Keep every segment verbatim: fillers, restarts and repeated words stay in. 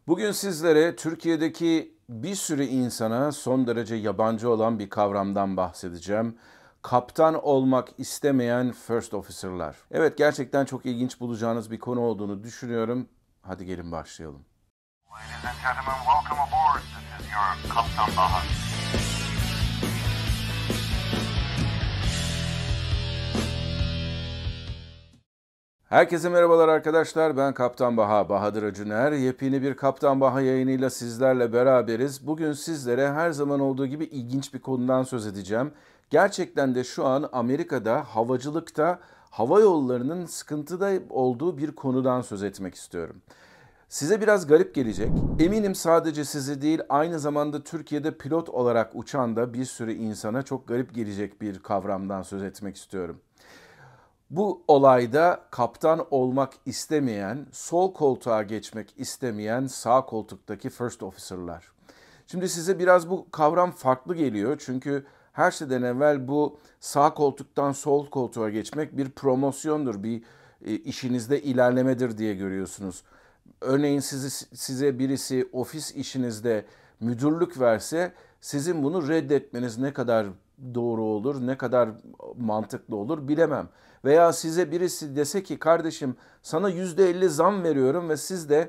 Bugün sizlere Türkiye'deki bir sürü insana son derece yabancı olan bir kavramdan bahsedeceğim. Kaptan olmak istemeyen First Officer'lar. Evet, gerçekten çok ilginç bulacağınız bir konu olduğunu düşünüyorum. Hadi gelin başlayalım. Ladies and gentlemen, welcome aboard. This is your Kaptan Bahar. Herkese merhabalar arkadaşlar. Ben Kaptan Baha, Bahadır Acuner. Yepyeni bir Kaptan Baha yayınıyla sizlerle beraberiz. Bugün sizlere her zaman olduğu gibi ilginç bir konudan söz edeceğim. Gerçekten de şu an Amerika'da havacılıkta hava yollarının sıkıntıda olduğu bir konudan söz etmek istiyorum. Size biraz garip gelecek. Eminim sadece sizi değil, aynı zamanda Türkiye'de pilot olarak uçan da bir sürü insana çok garip gelecek bir kavramdan söz etmek istiyorum. Bu olayda kaptan olmak istemeyen, sol koltuğa geçmek istemeyen sağ koltuktaki first officer'lar. Şimdi size biraz bu kavram farklı geliyor çünkü her şeyden evvel bu sağ koltuktan sol koltuğa geçmek bir promosyondur, bir e, işinizde ilerlemedir diye görüyorsunuz. Örneğin sizi, size birisi ofis işinizde müdürlük verse sizin bunu reddetmeniz ne kadar doğru olur, ne kadar mantıklı olur bilemem. Veya size birisi dese ki kardeşim sana yüzde elli zam veriyorum ve siz de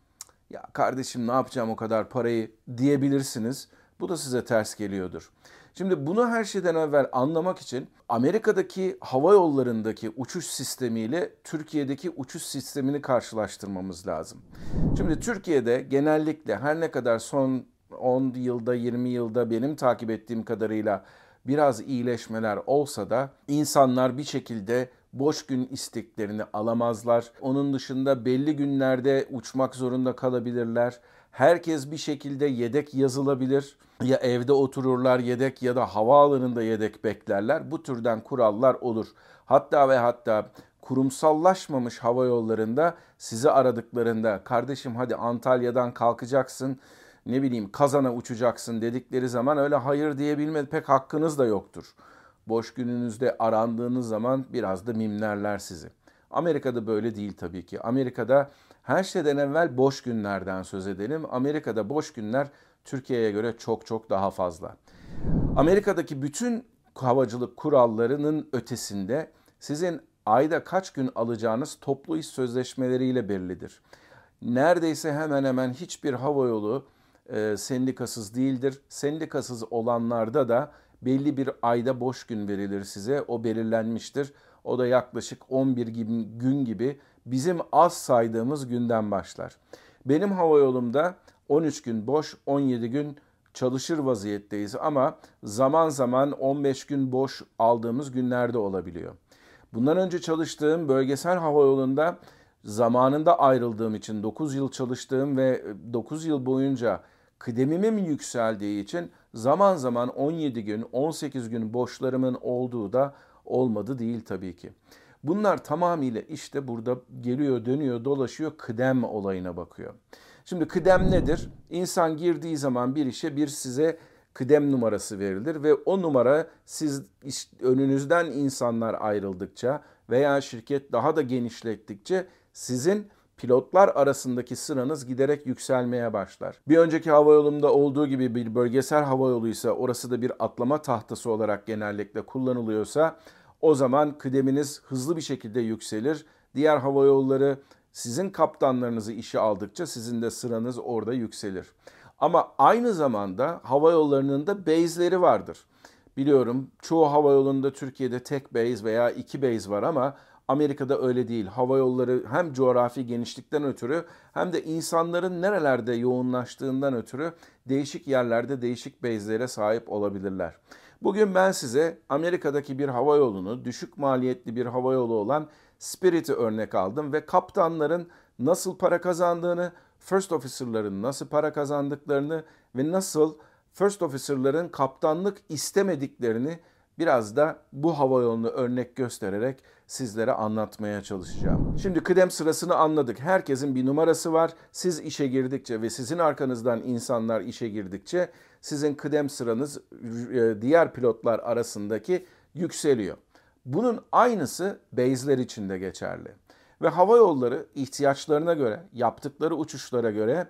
ya kardeşim ne yapacağım o kadar parayı diyebilirsiniz. Bu da size ters geliyordur. Şimdi bunu her şeyden evvel anlamak için Amerika'daki hava yollarındaki uçuş sistemiyle Türkiye'deki uçuş sistemini karşılaştırmamız lazım. Şimdi Türkiye'de genellikle her ne kadar son on yılda yirmi yılda benim takip ettiğim kadarıyla biraz iyileşmeler olsa da insanlar bir şekilde boş gün isteklerini alamazlar. Onun dışında belli günlerde uçmak zorunda kalabilirler. Herkes bir şekilde yedek yazılabilir. Ya evde otururlar yedek ya da havaalanında yedek beklerler. Bu türden kurallar olur. Hatta ve hatta kurumsallaşmamış hava yollarında sizi aradıklarında kardeşim hadi Antalya'dan kalkacaksın, ne bileyim Kazan'a uçacaksın dedikleri zaman öyle hayır diyebilme pek hakkınız da yoktur. Boş gününüzde arandığınız zaman biraz da mimlerler sizi. Amerika'da böyle değil tabii ki. Amerika'da her şeyden evvel boş günlerden söz edelim. Amerika'da boş günler Türkiye'ye göre çok çok daha fazla. Amerika'daki bütün havacılık kurallarının ötesinde sizin ayda kaç gün alacağınız toplu iş sözleşmeleriyle bellidir. Neredeyse hemen hemen hiçbir havayolu e, sendikasız değildir. Sendikasız olanlarda da belli bir ayda boş gün verilir size. O belirlenmiştir. O da yaklaşık on bir gün gibi bizim az saydığımız günden başlar. Benim havayolumda on üç gün boş, on yedi gün çalışır vaziyetteyiz ama zaman zaman on beş gün boş aldığımız günlerde olabiliyor. Bundan önce çalıştığım bölgesel havayolunda zamanında ayrıldığım için dokuz yıl çalıştığım ve dokuz yıl boyunca kıdemimin yükseldiği için zaman zaman on yedi gün, on sekiz gün boşlarımın olduğu da olmadı değil tabii ki. Bunlar tamamıyla işte burada geliyor, dönüyor, dolaşıyor, kıdem olayına bakıyor. Şimdi kıdem nedir? İnsan girdiği zaman bir işe bir size kıdem numarası verilir ve o numara siz önünüzden insanlar ayrıldıkça veya şirket daha da genişlettikçe sizin pilotlar arasındaki sıranız giderek yükselmeye başlar. Bir önceki havayolumda olduğu gibi bir bölgesel havayoluysa orası da bir atlama tahtası olarak genellikle kullanılıyorsa o zaman kıdeminiz hızlı bir şekilde yükselir. Diğer havayolları sizin kaptanlarınızı işe aldıkça sizin de sıranız orada yükselir. Ama aynı zamanda havayollarının da base'leri vardır. Biliyorum çoğu havayolunda Türkiye'de tek base veya iki base var ama Amerika'da öyle değil. Havayolları hem coğrafi genişlikten ötürü hem de insanların nerelerde yoğunlaştığından ötürü değişik yerlerde değişik base'lere sahip olabilirler. Bugün ben size Amerika'daki bir havayolunu, düşük maliyetli bir havayolu olan Spirit'i örnek aldım ve kaptanların nasıl para kazandığını, first officer'ların nasıl para kazandıklarını ve nasıl first officer'ların kaptanlık istemediklerini biraz da bu havayolunu örnek göstererek sizlere anlatmaya çalışacağım. Şimdi kıdem sırasını anladık. Herkesin bir numarası var. Siz işe girdikçe ve sizin arkanızdan insanlar işe girdikçe sizin kıdem sıranız diğer pilotlar arasındaki yükseliyor. Bunun aynısı base'ler için de geçerli. Ve hava yolları ihtiyaçlarına göre, yaptıkları uçuşlara göre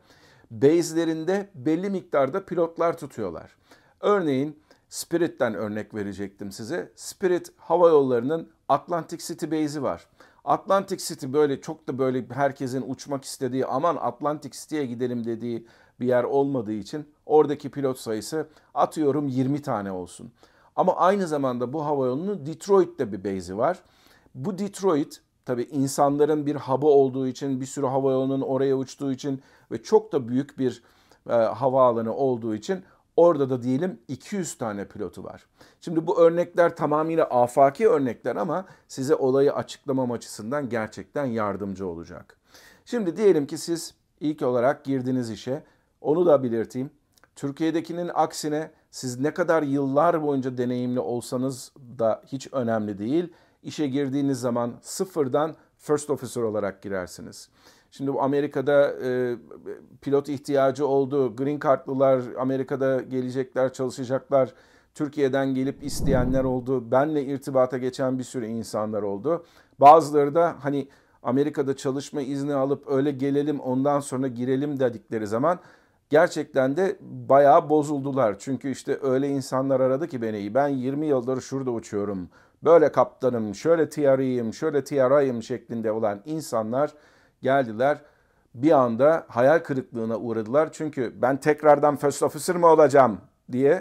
base'lerinde belli miktarda pilotlar tutuyorlar. Örneğin Spirit'ten örnek verecektim size. Spirit Hava Yolları'nın Atlantic City base'i var. Atlantic City böyle çok da böyle herkesin uçmak istediği, aman Atlantic City'ye gidelim dediği bir yer olmadığı için oradaki pilot sayısı atıyorum yirmi tane olsun. Ama aynı zamanda bu havayolunun Detroit'te bir base'i var. Bu Detroit tabii insanların bir hub'ı olduğu için, bir sürü havayolunun oraya uçtuğu için ve çok da büyük bir e, havaalanı olduğu için orada da diyelim iki yüz tane pilotu var. Şimdi bu örnekler tamamıyla afaki örnekler ama size olayı açıklamam açısından gerçekten yardımcı olacak. Şimdi diyelim ki siz ilk olarak girdiniz işe. Onu da belirteyim. Türkiye'dekinin aksine siz ne kadar yıllar boyunca deneyimli olsanız da hiç önemli değil. İşe girdiğiniz zaman sıfırdan first officer olarak girersiniz. Şimdi bu Amerika'da e, pilot ihtiyacı oldu. Green Card'lılar Amerika'da gelecekler, çalışacaklar. Türkiye'den gelip isteyenler oldu. Benle irtibata geçen bir sürü insanlar oldu. Bazıları da hani Amerika'da çalışma izni alıp öyle gelelim ondan sonra girelim dedikleri zaman gerçekten de bayağı bozuldular. Çünkü öyle öyle insanlar aradı ki beni. Ben yirmi yıldır şurada uçuyorum. Böyle kaptanım, şöyle T R'yim, şöyle T R I'yim şeklinde olan insanlar geldiler. Bir anda hayal kırıklığına uğradılar. Çünkü ben tekrardan first officer mı olacağım diye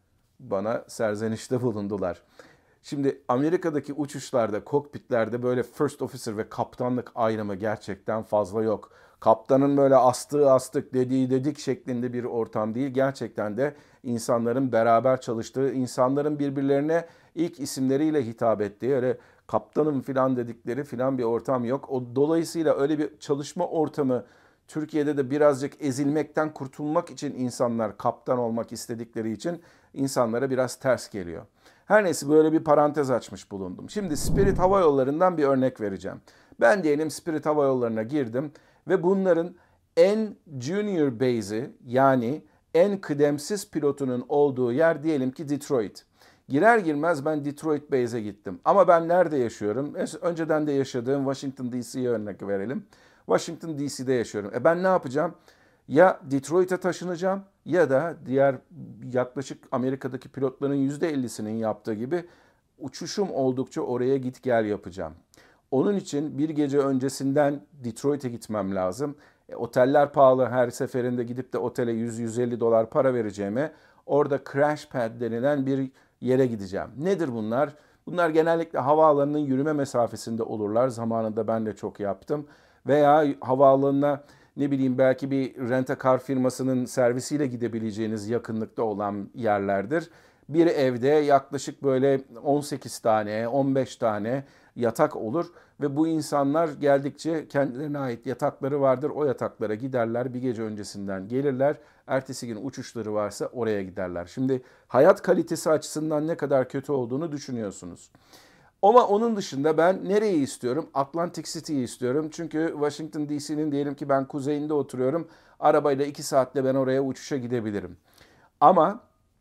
bana serzenişte bulundular. Şimdi Amerika'daki uçuşlarda, kokpitlerde böyle first officer ve kaptanlık ayrımı gerçekten fazla yok. Kaptanın böyle astığı astık, dediği dedik şeklinde bir ortam değil. Gerçekten de insanların beraber çalıştığı, insanların birbirlerine ilk isimleriyle hitap ettiği, öyle kaptanım filan dedikleri filan bir ortam yok. O dolayısıyla öyle bir çalışma ortamı Türkiye'de de birazcık ezilmekten kurtulmak için insanlar kaptan olmak istedikleri için insanlara biraz ters geliyor. Her neyse böyle bir parantez açmış bulundum. Şimdi Spirit Hava Yolları'ndan bir örnek vereceğim. Ben diyelim Spirit Hava Yolları'na girdim ve bunların en junior base'i yani en kıdemsiz pilotunun olduğu yer diyelim ki Detroit. Girer girmez ben Detroit base'e gittim. Ama ben nerede yaşıyorum? Önceden de yaşadığım Washington D C'ye örnek verelim. Washington D C'de yaşıyorum. E ben ne yapacağım? Ya Detroit'e taşınacağım ya da diğer yaklaşık Amerika'daki pilotların yüzde ellisinin yaptığı gibi uçuşum oldukça oraya git gel yapacağım. Onun için bir gece öncesinden Detroit'e gitmem lazım. E, oteller pahalı, her seferinde gidip de otele yüz yüz elli dolar para vereceğime orada crash pad denilen bir yere gideceğim. Nedir bunlar? Bunlar genellikle havaalanının yürüme mesafesinde olurlar. Zamanında ben de çok yaptım. Veya havaalanına ne bileyim belki bir rent-a-car firmasının servisiyle gidebileceğiniz yakınlıkta olan yerlerdir. Bir evde yaklaşık böyle on sekiz tane, on beş tane yatak olur ve bu insanlar geldikçe kendilerine ait yatakları vardır. O yataklara giderler, bir gece öncesinden gelirler. Ertesi gün uçuşları varsa oraya giderler. Şimdi hayat kalitesi açısından ne kadar kötü olduğunu düşünüyorsunuz. Ama onun dışında ben nereyi istiyorum? Atlantic City'yi istiyorum. Çünkü Washington D C'nin diyelim ki ben kuzeyinde oturuyorum. Arabayla iki saatte ben oraya uçuşa gidebilirim. Ama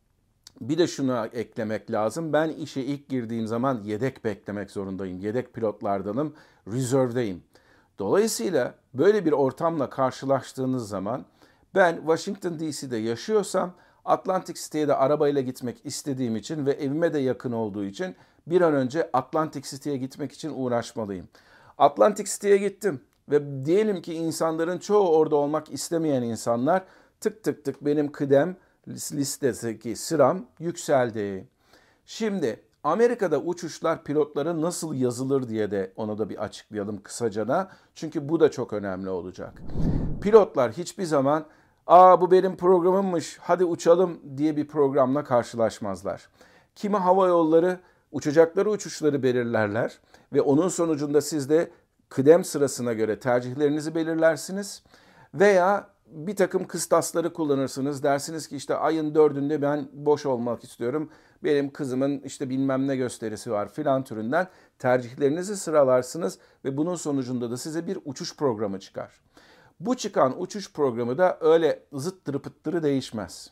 bir de şunu eklemek lazım. Ben işe ilk girdiğim zaman yedek beklemek zorundayım. Yedek pilotlardanım, reserve'deyim. Dolayısıyla böyle bir ortamla karşılaştığınız zaman ben Washington D C'de yaşıyorsam Atlantic City'ye de arabayla gitmek istediğim için ve evime de yakın olduğu için bir an önce Atlantic City'ye gitmek için uğraşmalıyım. Atlantic City'ye gittim ve diyelim ki insanların çoğu orada olmak istemeyen insanlar tık tık tık benim kıdem listedeki sıram yükseldi. Şimdi Amerika'da uçuşlar pilotlara nasıl yazılır diye de onu da bir açıklayalım kısacana. Çünkü bu da çok önemli olacak. Pilotlar hiçbir zaman "Aa bu benim programımmış, hadi uçalım" diye bir programla karşılaşmazlar. Kimi hava yolları uçacakları uçuşları belirlerler ve onun sonucunda siz de kıdem sırasına göre tercihlerinizi belirlersiniz. Veya bir takım kıstasları kullanırsınız. Dersiniz ki işte ayın dördünde ben boş olmak istiyorum. Benim kızımın işte bilmem ne gösterisi var filan türünden tercihlerinizi sıralarsınız ve bunun sonucunda da size bir uçuş programı çıkar. Bu çıkan uçuş programı da öyle zıttırı pıttırı değişmez.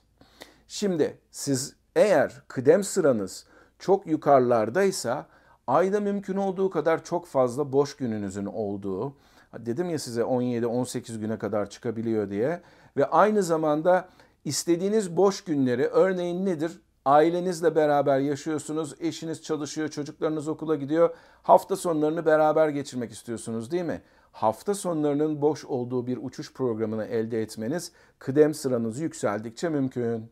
Şimdi siz eğer kıdem sıranız çok yukarılardaysa ayda mümkün olduğu kadar çok fazla boş gününüzün olduğu, Dedim ya size on yedi on sekiz güne kadar çıkabiliyor diye. Ve aynı zamanda istediğiniz boş günleri, örneğin nedir? Ailenizle beraber yaşıyorsunuz, eşiniz çalışıyor, çocuklarınız okula gidiyor. Hafta sonlarını beraber geçirmek istiyorsunuz değil mi? Hafta sonlarının boş olduğu bir uçuş programını elde etmeniz kıdem sıranız yükseldikçe mümkün.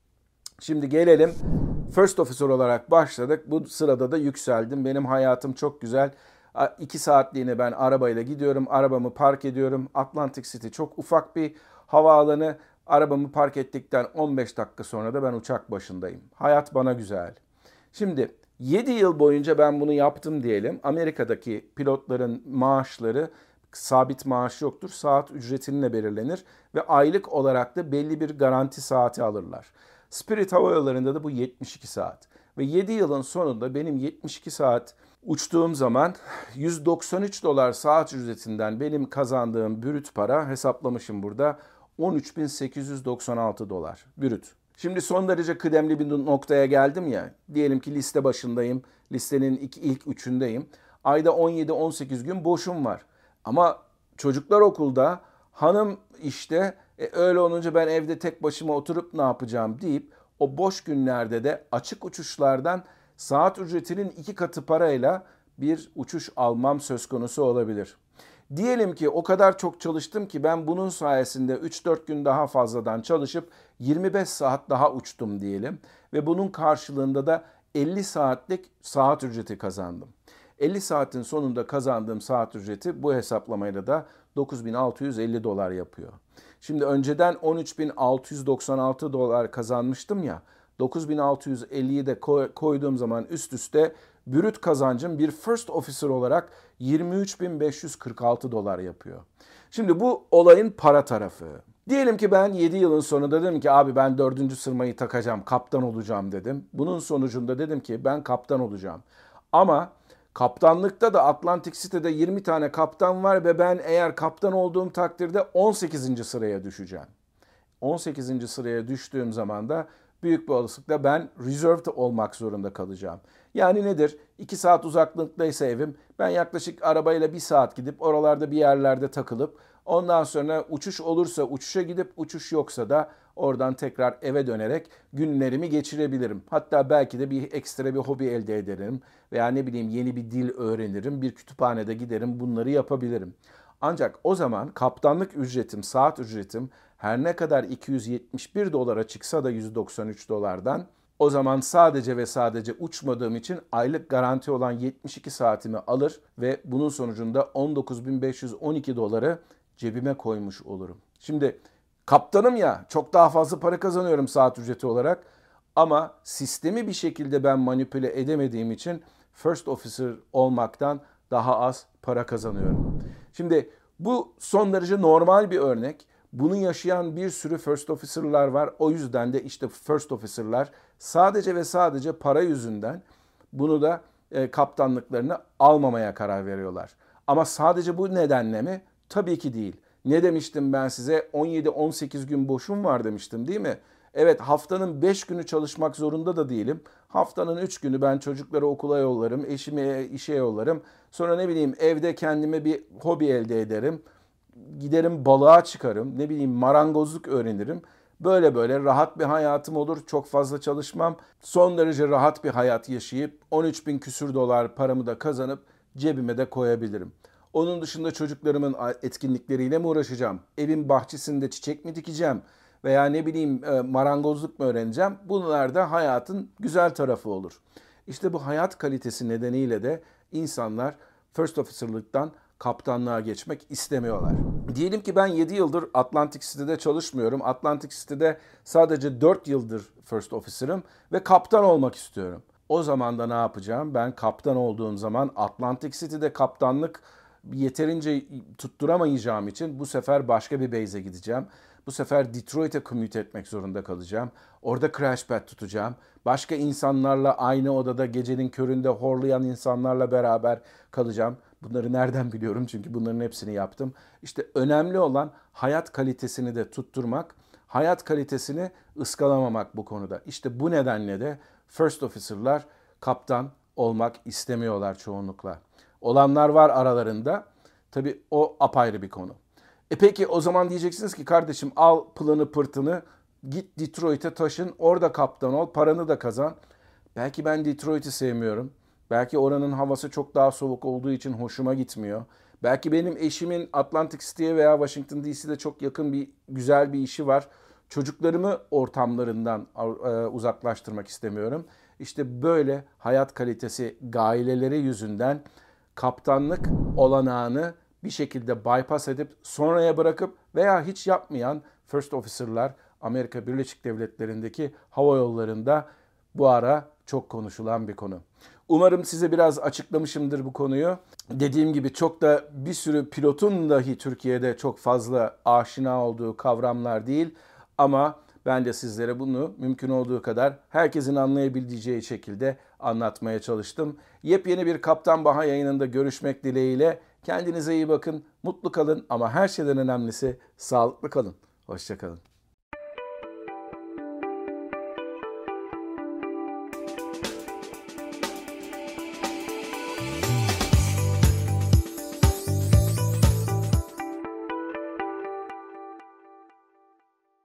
Şimdi gelelim, First Officer olarak başladık. Bu sırada da yükseldim. Benim hayatım çok güzel. İki saatliğine ben arabayla gidiyorum. Arabamı park ediyorum. Atlantic City çok ufak bir havaalanı. Arabamı park ettikten on beş dakika sonra da ben uçak başındayım. Hayat bana güzel. Şimdi yedi yıl boyunca ben bunu yaptım diyelim. Amerika'daki pilotların maaşları sabit maaş yoktur. Saat ücretinle belirlenir ve aylık olarak da belli bir garanti saati alırlar. Spirit Hava Yolları'nda da bu yetmiş iki saat. Ve yedi yılın sonunda benim yetmiş iki saat uçtuğum zaman yüz doksan üç dolar saat ücretinden benim kazandığım brüt para, hesaplamışım burada, on üç bin sekiz yüz doksan altı dolar brüt. Şimdi son derece kıdemli bir noktaya geldim ya. Diyelim ki liste başındayım. Listenin ilk, ilk üçündeyim. Ayda on yedi on sekiz gün boşum var. Ama çocuklar okulda, hanım işte, e, öyle olunca ben evde tek başıma oturup ne yapacağım deyip o boş günlerde de açık uçuşlardan saat ücretinin iki katı parayla bir uçuş almam söz konusu olabilir. Diyelim ki o kadar çok çalıştım ki ben bunun sayesinde üç dört gün daha fazladan çalışıp yirmi beş saat daha uçtum diyelim. Ve bunun karşılığında da elli saatlik saat ücreti kazandım. elli saatin sonunda kazandığım saat ücreti bu hesaplamayla da dokuz bin altı yüz elli dolar yapıyor. Şimdi önceden on üç bin altı yüz doksan altı dolar kazanmıştım ya, dokuz bin altı yüz elliyi de koyduğum zaman üst üste brüt kazancım bir First Officer olarak yirmi üç bin beş yüz kırk altı dolar yapıyor. Şimdi bu olayın para tarafı. Diyelim ki ben yedi yılın sonunda dedim ki abi ben dördüncü sırmayı takacağım, kaptan olacağım dedim. Bunun sonucunda dedim ki ben kaptan olacağım. Ama kaptanlıkta da Atlantic City'de yirmi tane kaptan var ve ben eğer kaptan olduğum takdirde on sekizinci sıraya düşeceğim. on sekizinci sıraya düştüğüm zaman da büyük bir olasılıkla ben reserved olmak zorunda kalacağım. Yani nedir? iki saat uzaklıktaysa evim, ben yaklaşık arabayla bir saat gidip oralarda bir yerlerde takılıp ondan sonra uçuş olursa uçuşa gidip uçuş yoksa da oradan tekrar eve dönerek günlerimi geçirebilirim. Hatta belki de bir ekstra bir hobi elde ederim veya ne bileyim yeni bir dil öğrenirim, bir kütüphanede giderim, bunları yapabilirim. Ancak o zaman kaptanlık ücretim, saat ücretim her ne kadar iki yüz yetmiş bir dolara çıksa da yüz doksan üç dolardan, o zaman sadece ve sadece uçmadığım için aylık garanti olan yetmiş iki saatimi alır ve bunun sonucunda on dokuz bin beş yüz on iki doları cebime koymuş olurum. Şimdi kaptanım ya, çok daha fazla para kazanıyorum saat ücreti olarak ama sistemi bir şekilde ben manipüle edemediğim için First Officer olmaktan daha az para kazanıyorum. Şimdi bu son derece normal bir örnek. Bunu yaşayan bir sürü First Officer'lar var. O yüzden de işte First Officer'lar sadece ve sadece para yüzünden bunu da e, kaptanlıklarını almamaya karar veriyorlar. Ama sadece bu nedenle mi? Tabii ki değil. Ne demiştim ben size? on yedi on sekiz gün boşum var demiştim değil mi? Evet, haftanın beş günü çalışmak zorunda da değilim. Haftanın üç günü ben çocukları okula yollarım, eşimi işe yollarım. Sonra ne bileyim evde kendime bir hobi elde ederim. Giderim balığa çıkarım, ne bileyim marangozluk öğrenirim. Böyle böyle rahat bir hayatım olur, çok fazla çalışmam. Son derece rahat bir hayat yaşayıp on üç bin küsür dolar paramı da kazanıp cebime de koyabilirim. Onun dışında çocuklarımın etkinlikleriyle mi uğraşacağım? Evin bahçesinde çiçek mi dikeceğim? Veya ne bileyim marangozluk mu öğreneceğim? Bunlar da hayatın güzel tarafı olur. İşte bu hayat kalitesi nedeniyle de insanlar First Officer'lıktan kaptanlığa geçmek istemiyorlar. Diyelim ki ben yedi yıldır Atlantic City'de çalışmıyorum. Atlantic City'de sadece dört yıldır First Officer'ım ve kaptan olmak istiyorum. O zaman da ne yapacağım? Ben kaptan olduğum zaman Atlantic City'de kaptanlık yeterince tutturamayacağım için bu sefer başka bir base'e gideceğim. Bu sefer Detroit'e commute etmek zorunda kalacağım. Orada crash pad tutacağım. Başka insanlarla aynı odada gecenin köründe horlayan insanlarla beraber kalacağım. Bunları nereden biliyorum? Çünkü bunların hepsini yaptım. İşte önemli olan hayat kalitesini de tutturmak, hayat kalitesini ıskalamamak bu konuda. İşte bu nedenle de First Officer'lar kaptan olmak istemiyorlar çoğunlukla. Olanlar var aralarında. Tabii o apayrı bir konu. E peki o zaman diyeceksiniz ki kardeşim al pılını pırtını git Detroit'e taşın orada kaptan ol paranı da kazan. Belki ben Detroit'i sevmiyorum. Belki oranın havası çok daha soğuk olduğu için hoşuma gitmiyor. Belki benim eşimin Atlantic City'ye veya Washington D C'de çok yakın bir güzel bir işi var. Çocuklarımı ortamlarından e, uzaklaştırmak istemiyorum. İşte böyle hayat kalitesi gaileleri yüzünden kaptanlık olanağını bir şekilde bypass edip sonraya bırakıp veya hiç yapmayan first officer'lar Amerika Birleşik Devletleri'ndeki hava yollarında bu ara çok konuşulan bir konu. Umarım size biraz açıklamışımdır bu konuyu. Dediğim gibi çok da bir sürü pilotun dahi Türkiye'de çok fazla aşina olduğu kavramlar değil. Ama ben de sizlere bunu mümkün olduğu kadar herkesin anlayabileceği şekilde anlatmaya çalıştım. Yepyeni bir Kaptan Baha yayınında görüşmek dileğiyle. Kendinize iyi bakın, mutlu kalın ama her şeyden önemlisi sağlıklı kalın. Hoşça kalın.